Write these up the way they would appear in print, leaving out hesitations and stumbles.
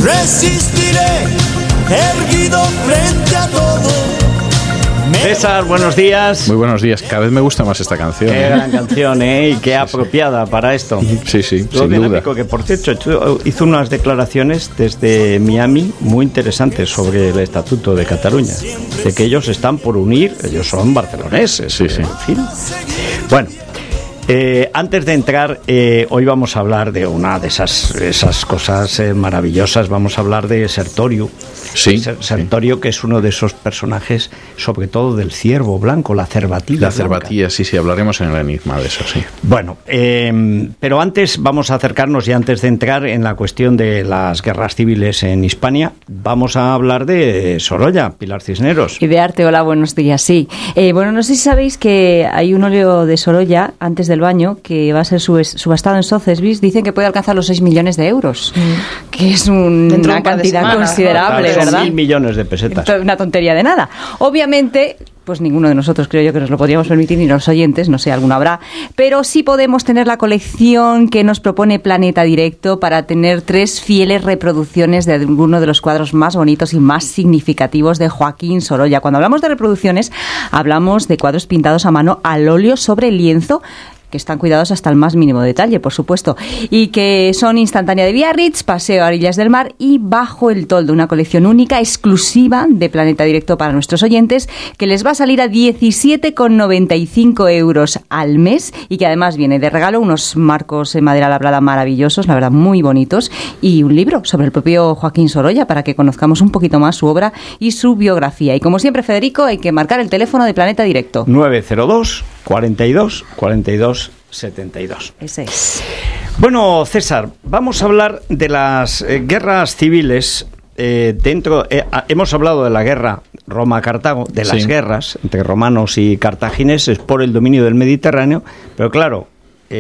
resistiré, erguido frente a todo. César, buenos días. Muy buenos días. Cada vez me gusta más esta canción. Qué gran canción, ¿eh? Y qué apropiada para esto. Sí, sí, Todo sin dinámico, duda. que por cierto hizo unas declaraciones desde Miami muy interesantes sobre el Estatuto de Cataluña. De que ellos están por unir, ellos son barceloneses. Sí, sí. En fin. Bueno. Antes de entrar, hoy vamos a hablar de una de esas cosas maravillosas. Vamos a hablar de Sertorio. Sí, Sertorio, sí, que es uno de esos personajes, sobre todo del ciervo blanco, la cervatilla. La cervatilla, sí, hablaremos en el enigma de eso, sí. Bueno, pero antes vamos a acercarnos, y antes de entrar en la cuestión de las guerras civiles en Hispania, vamos a hablar de Sorolla, Pilar Cisneros. Y de arte, hola, buenos días, sí. Bueno, no sé si sabéis que hay un óleo de Sorolla, antes del baño, que va a ser subastado en Sotheby's. Dicen que puede alcanzar los 6 millones de euros, que es una cantidad considerable, ¿verdad? ¿verdad? 1.000 millones de pesetas. Una tontería de nada. Obviamente, pues ninguno de nosotros creo yo que nos lo podríamos permitir, ni los oyentes, no sé, alguno habrá, pero sí podemos tener la colección que nos propone Planeta Directo para tener 3 fieles reproducciones de alguno de los cuadros más bonitos y más significativos de Joaquín Sorolla. Cuando hablamos de reproducciones, hablamos de cuadros pintados a mano al óleo sobre lienzo, que están cuidados hasta el más mínimo detalle, por supuesto, y que son Instantánea de Biarritz, Paseo a orillas del mar y Bajo el toldo, una colección única, exclusiva de Planeta Directo para nuestros oyentes, que les va a salir a 17,95 euros al mes y que además viene de regalo unos marcos en madera labrada maravillosos, la verdad, muy bonitos, y un libro sobre el propio Joaquín Sorolla para que conozcamos un poquito más su obra y su biografía. Y como siempre, Federico, hay que marcar el teléfono de Planeta Directo. 902 42 42 72. Ese es. Bueno, César, vamos a hablar de las guerras civiles. Hemos hablado de la guerra Roma-Cartago, de las guerras entre romanos y cartagineses por el dominio del Mediterráneo, pero claro,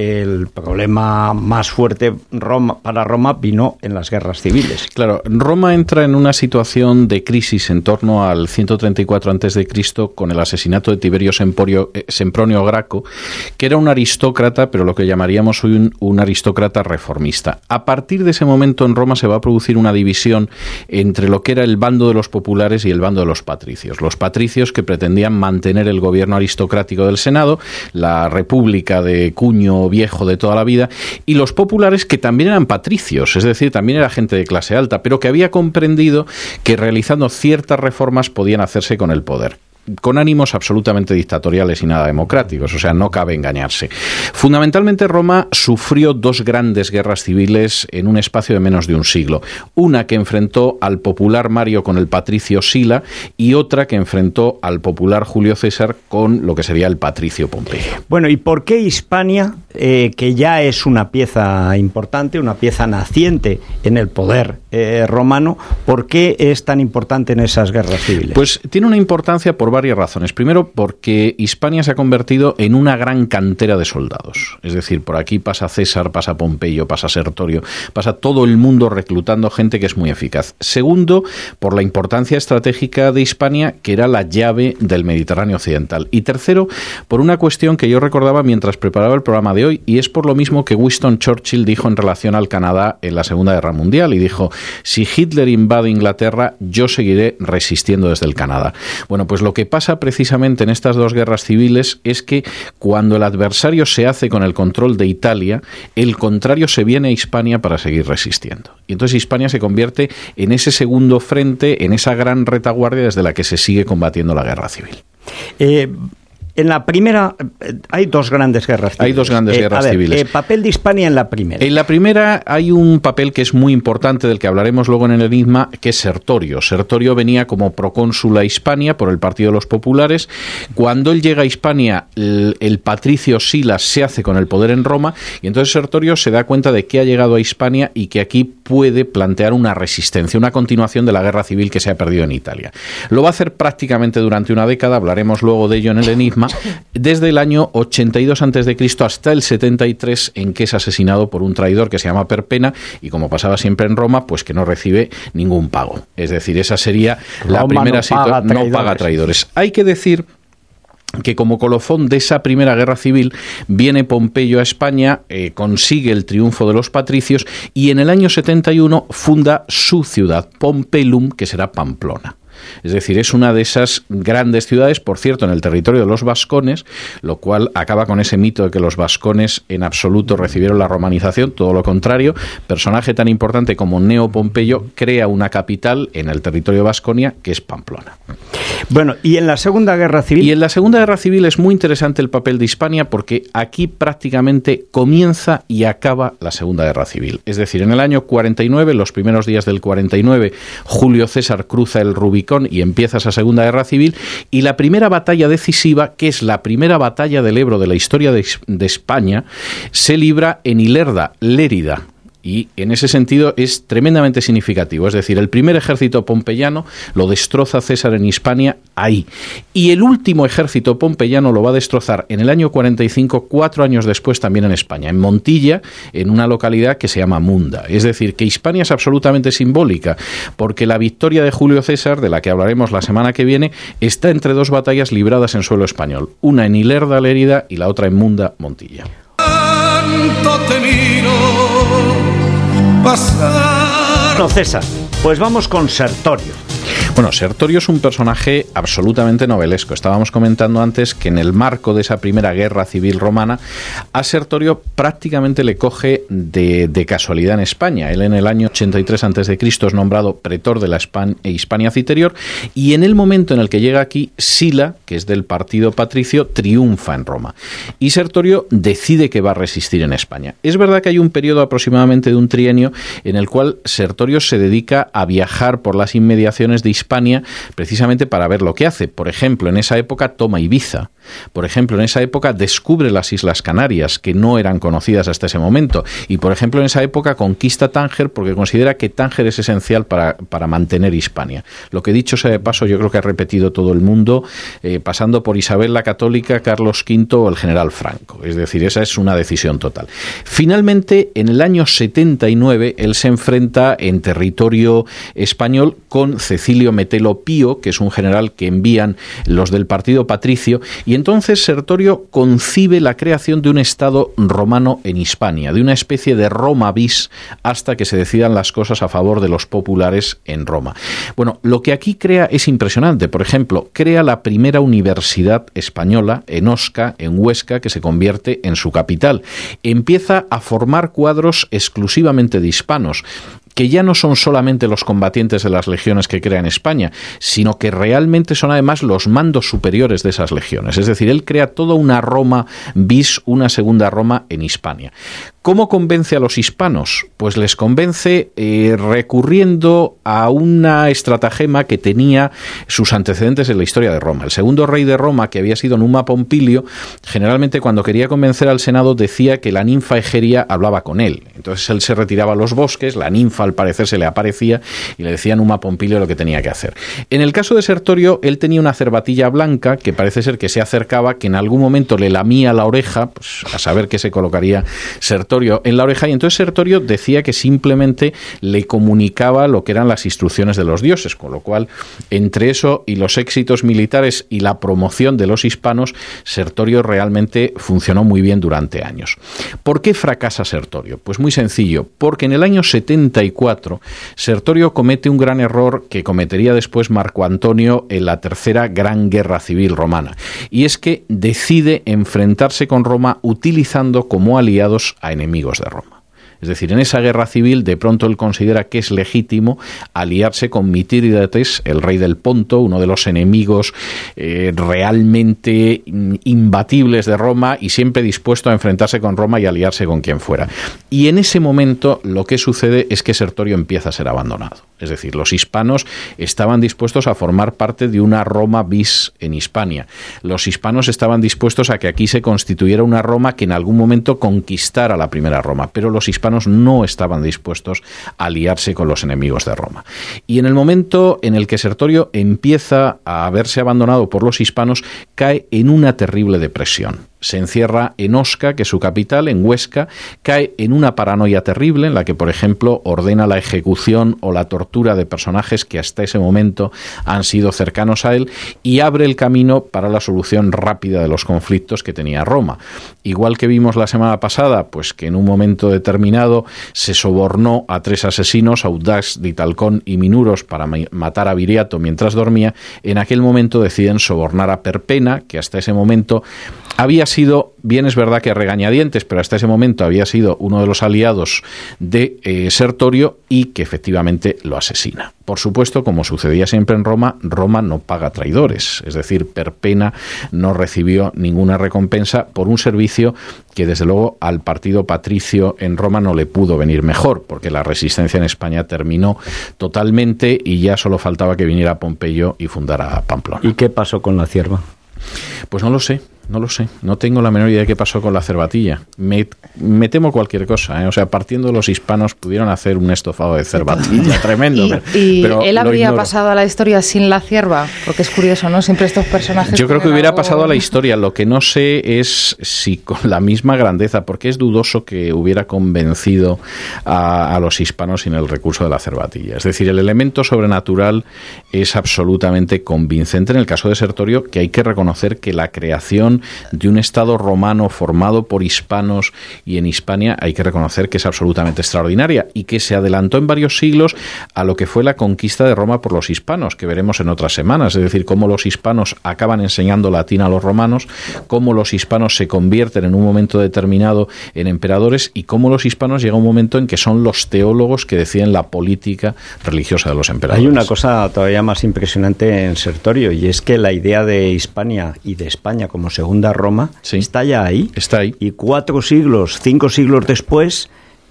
el problema más fuerte para Roma vino en las guerras civiles. Claro, Roma entra en una situación de crisis en torno al 134 a.C. con el asesinato de Tiberio Sempronio Graco, que era un aristócrata, pero lo que llamaríamos hoy un aristócrata reformista. A partir de ese momento en Roma se va a producir una división entre lo que era el bando de los populares y el bando de los patricios. Los patricios, que pretendían mantener el gobierno aristocrático del Senado, la república de cuño viejo de toda la vida, y los populares, que también eran patricios, es decir, también era gente de clase alta, pero que había comprendido que realizando ciertas reformas podían hacerse con el poder, con ánimos absolutamente dictatoriales y nada democráticos, o sea, no cabe engañarse. Fundamentalmente, Roma sufrió 2 grandes guerras civiles en un espacio de menos de un siglo. Una que enfrentó al popular Mario con el patricio Sila y otra que enfrentó al popular Julio César con lo que sería el patricio Pompeyo. Bueno, ¿y por qué Hispania, que ya es una pieza importante, una pieza naciente en el poder romano, por qué es tan importante en esas guerras civiles? Pues tiene una importancia por varias razones. Primero, porque Hispania se ha convertido en una gran cantera de soldados. Es decir, por aquí pasa César, pasa Pompeyo, pasa Sertorio, pasa todo el mundo reclutando gente que es muy eficaz. Segundo, por la importancia estratégica de Hispania, que era la llave del Mediterráneo occidental. Y tercero, por una cuestión que yo recordaba mientras preparaba el programa de hoy, y es por lo mismo que Winston Churchill dijo en relación al Canadá en la Segunda Guerra Mundial, y dijo: si Hitler invade Inglaterra, yo seguiré resistiendo desde el Canadá. Bueno, pues lo que pasa precisamente en estas 2 guerras civiles es que cuando el adversario se hace con el control de Italia, el contrario se viene a Hispania para seguir resistiendo. Y entonces Hispania se convierte en ese segundo frente, en esa gran retaguardia desde la que se sigue combatiendo la guerra civil. En la primera hay 2 grandes guerras civiles. Hay 2 grandes guerras civiles. Papel de Hispania en la primera. En la primera hay un papel que es muy importante, del que hablaremos luego en el enigma, que es Sertorio. Sertorio venía como procónsul a Hispania por el Partido de los Populares. Cuando él llega a Hispania, el patricio Silas se hace con el poder en Roma, y entonces Sertorio se da cuenta de que ha llegado a Hispania y que aquí puede plantear una resistencia, una continuación de la guerra civil que se ha perdido en Italia. Lo va a hacer prácticamente durante una década, hablaremos luego de ello en el enigma, desde el año 82 a.C. hasta el 73, en que es asesinado por un traidor que se llama Perpena, y como pasaba siempre en Roma, pues que no recibe ningún pago. Es decir, esa sería la primera situación. No paga traidores. Hay que decir que como colofón de esa primera guerra civil viene Pompeyo a España, consigue el triunfo de los patricios y en el año 71 funda su ciudad, Pompelum, que será Pamplona. Es decir, es una de esas grandes ciudades, por cierto, en el territorio de los vascones, lo cual acaba con ese mito de que los vascones en absoluto recibieron la romanización, todo lo contrario. Personaje tan importante como Neo Pompeyo crea una capital en el territorio de Vasconia, que es Pamplona. Bueno, ¿y en la Segunda Guerra Civil? Y en la Segunda Guerra Civil es muy interesante el papel de Hispania porque aquí prácticamente comienza y acaba la Segunda Guerra Civil. Es decir, en el año 49, los primeros días del 49, Julio César cruza el Rubicón y empieza esa Segunda Guerra Civil, y la primera batalla decisiva, que es la primera batalla del Ebro de la historia de España, se libra en Ilerda, Lérida. Y en ese sentido es tremendamente significativo. Es decir, el primer ejército pompeyano lo destroza César en Hispania ahí. Y el último ejército pompeyano lo va a destrozar en el año 45, 4 años después, también en España, en Montilla, en una localidad que se llama Munda. Es decir, que Hispania es absolutamente simbólica, porque la victoria de Julio César, de la que hablaremos la semana que viene, está entre dos batallas libradas en suelo español. Una en Ilerda, Lérida, y la otra en Munda, Montilla. No, César, pues vamos con Sertorio. Bueno, Sertorio es un personaje absolutamente novelesco. Estábamos comentando antes que en el marco de esa primera guerra civil romana, a Sertorio prácticamente le coge de casualidad en España. Él en el año 83 a.C. es nombrado pretor de la Hispania Citerior, y en el momento en el que llega aquí, Sila, que es del partido patricio, triunfa en Roma. Y Sertorio decide que va a resistir en España. Es verdad que hay un periodo aproximadamente de un trienio en el cual Sertorio se dedica a viajar por las inmediaciones de Hispania precisamente para ver lo que hace. Por ejemplo, en esa época toma Ibiza. Por ejemplo, en esa época descubre las Islas Canarias, que no eran conocidas hasta ese momento. Y, por ejemplo, en esa época conquista Tánger porque considera que Tánger es esencial para mantener Hispania. Lo que dicho sea de paso, yo creo que ha repetido todo el mundo, pasando por Isabel la Católica, Carlos V o el general Franco. Es decir, esa es una decisión total. Finalmente, en el año 79, él se enfrenta en territorio español con Cecilio Metelo Pío, que es un general que envían los del partido patricio, y entonces Sertorio concibe la creación de un Estado romano en Hispania, de una especie de Roma bis, hasta que se decidan las cosas a favor de los populares en Roma. Bueno, lo que aquí crea es impresionante. Por ejemplo, crea la primera universidad española en Osca, en Huesca, que se convierte en su capital. Empieza a formar cuadros exclusivamente de hispanos, que ya no son solamente los combatientes de las legiones que crea en España, sino que realmente son además los mandos superiores de esas legiones. Es decir, él crea toda una Roma bis, una segunda Roma en Hispania. ¿Cómo convence a los hispanos? Pues les convence recurriendo a una estratagema que tenía sus antecedentes en la historia de Roma. El segundo rey de Roma, que había sido Numa Pompilio, generalmente cuando quería convencer al Senado decía que la ninfa Egeria hablaba con él. Entonces él se retiraba a los bosques, la ninfa al parecer se le aparecía y le decía a Numa Pompilio lo que tenía que hacer. En el caso de Sertorio, él tenía una cerbatilla blanca que parece ser que se acercaba, que en algún momento le lamía la oreja, pues a saber qué se colocaría Sertorio en la oreja, y entonces Sertorio decía que simplemente le comunicaba lo que eran las instrucciones de los dioses, con lo cual, entre eso y los éxitos militares y la promoción de los hispanos, Sertorio realmente funcionó muy bien durante años. ¿Por qué fracasa Sertorio? Pues muy sencillo, porque en el año 74 Sertorio comete un gran error que cometería después Marco Antonio en la tercera gran guerra civil romana, y es que decide enfrentarse con Roma utilizando como aliados a enemigos de Roma. Es decir, en esa guerra civil de pronto él considera que es legítimo aliarse con Mitíridates, el rey del Ponto, uno de los enemigos realmente imbatibles de Roma, y siempre dispuesto a enfrentarse con Roma y aliarse con quien fuera. Y en ese momento lo que sucede es que Sertorio empieza a ser abandonado. Es decir, los hispanos estaban dispuestos a formar parte de una Roma bis en Hispania. Los hispanos estaban dispuestos a que aquí se constituyera una Roma que en algún momento conquistara la primera Roma, pero los hispanos no estaban dispuestos a aliarse con los enemigos de Roma. Y en el momento en el que Sertorio empieza a verse abandonado por los hispanos, cae en una terrible depresión. se encierra en Osca, que es su capital, en Huesca, cae en una paranoia terrible en la que, por ejemplo, ordena la ejecución o la tortura de personajes que hasta ese momento han sido cercanos a él y abre el camino para la solución rápida de los conflictos que tenía Roma. Igual que vimos la semana pasada, pues que en un momento determinado se sobornó a 3 asesinos, Audax, Ditalcón y Minuros, para matar a Viriato mientras dormía, en aquel momento deciden sobornar a Perpena, que hasta ese momento había sido, bien es verdad que a regañadientes, pero hasta ese momento había sido uno de los aliados de Sertorio y que efectivamente lo asesina. Por supuesto, como sucedía siempre en Roma, Roma no paga traidores, es decir, Perpena no recibió ninguna recompensa por un servicio que desde luego al partido patricio en Roma no le pudo venir mejor, porque la resistencia en España terminó totalmente y ya solo faltaba que viniera Pompeyo y fundara Pamplona. ¿Y qué pasó con la cierva? Pues no lo sé. No tengo la menor idea de qué pasó con la cervatilla. Me temo cualquier cosa, ¿eh? O sea, partiendo de los hispanos pudieron hacer un estofado de cervatilla tremendo. Pero él habría pasado a la historia sin la cierva, porque es curioso, ¿no? Siempre estos personajes... Yo creo que hubiera pasado a la historia. Lo que no sé es si con la misma grandeza, porque es dudoso que hubiera convencido a los hispanos sin el recurso de la cervatilla. Es decir, el elemento sobrenatural es absolutamente convincente en el caso de Sertorio, que hay que reconocer que la creación de un Estado romano formado por hispanos y en Hispania hay que reconocer que es absolutamente extraordinaria y que se adelantó en varios siglos a lo que fue la conquista de Roma por los hispanos, que veremos en otras semanas, es decir, cómo los hispanos acaban enseñando latín a los romanos, cómo los hispanos se convierten en un momento determinado en emperadores y cómo los hispanos llega un momento en que son los teólogos que deciden la política religiosa de los emperadores. Hay una cosa todavía más impresionante en Sertorio y es que la idea de Hispania y de España como segunda Roma está ya ahí. Está ahí. Y 5 siglos después,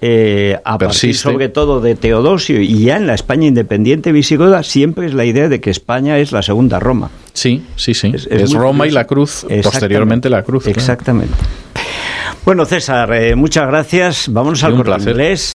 a partir sobre todo de Teodosio y ya en la España independiente visigoda, siempre es la idea de que España es la segunda Roma. Sí. Es Roma y la cruz, posteriormente la cruz. Exactamente. Claro. Bueno, César, muchas gracias. Vámonos al Corte Inglés.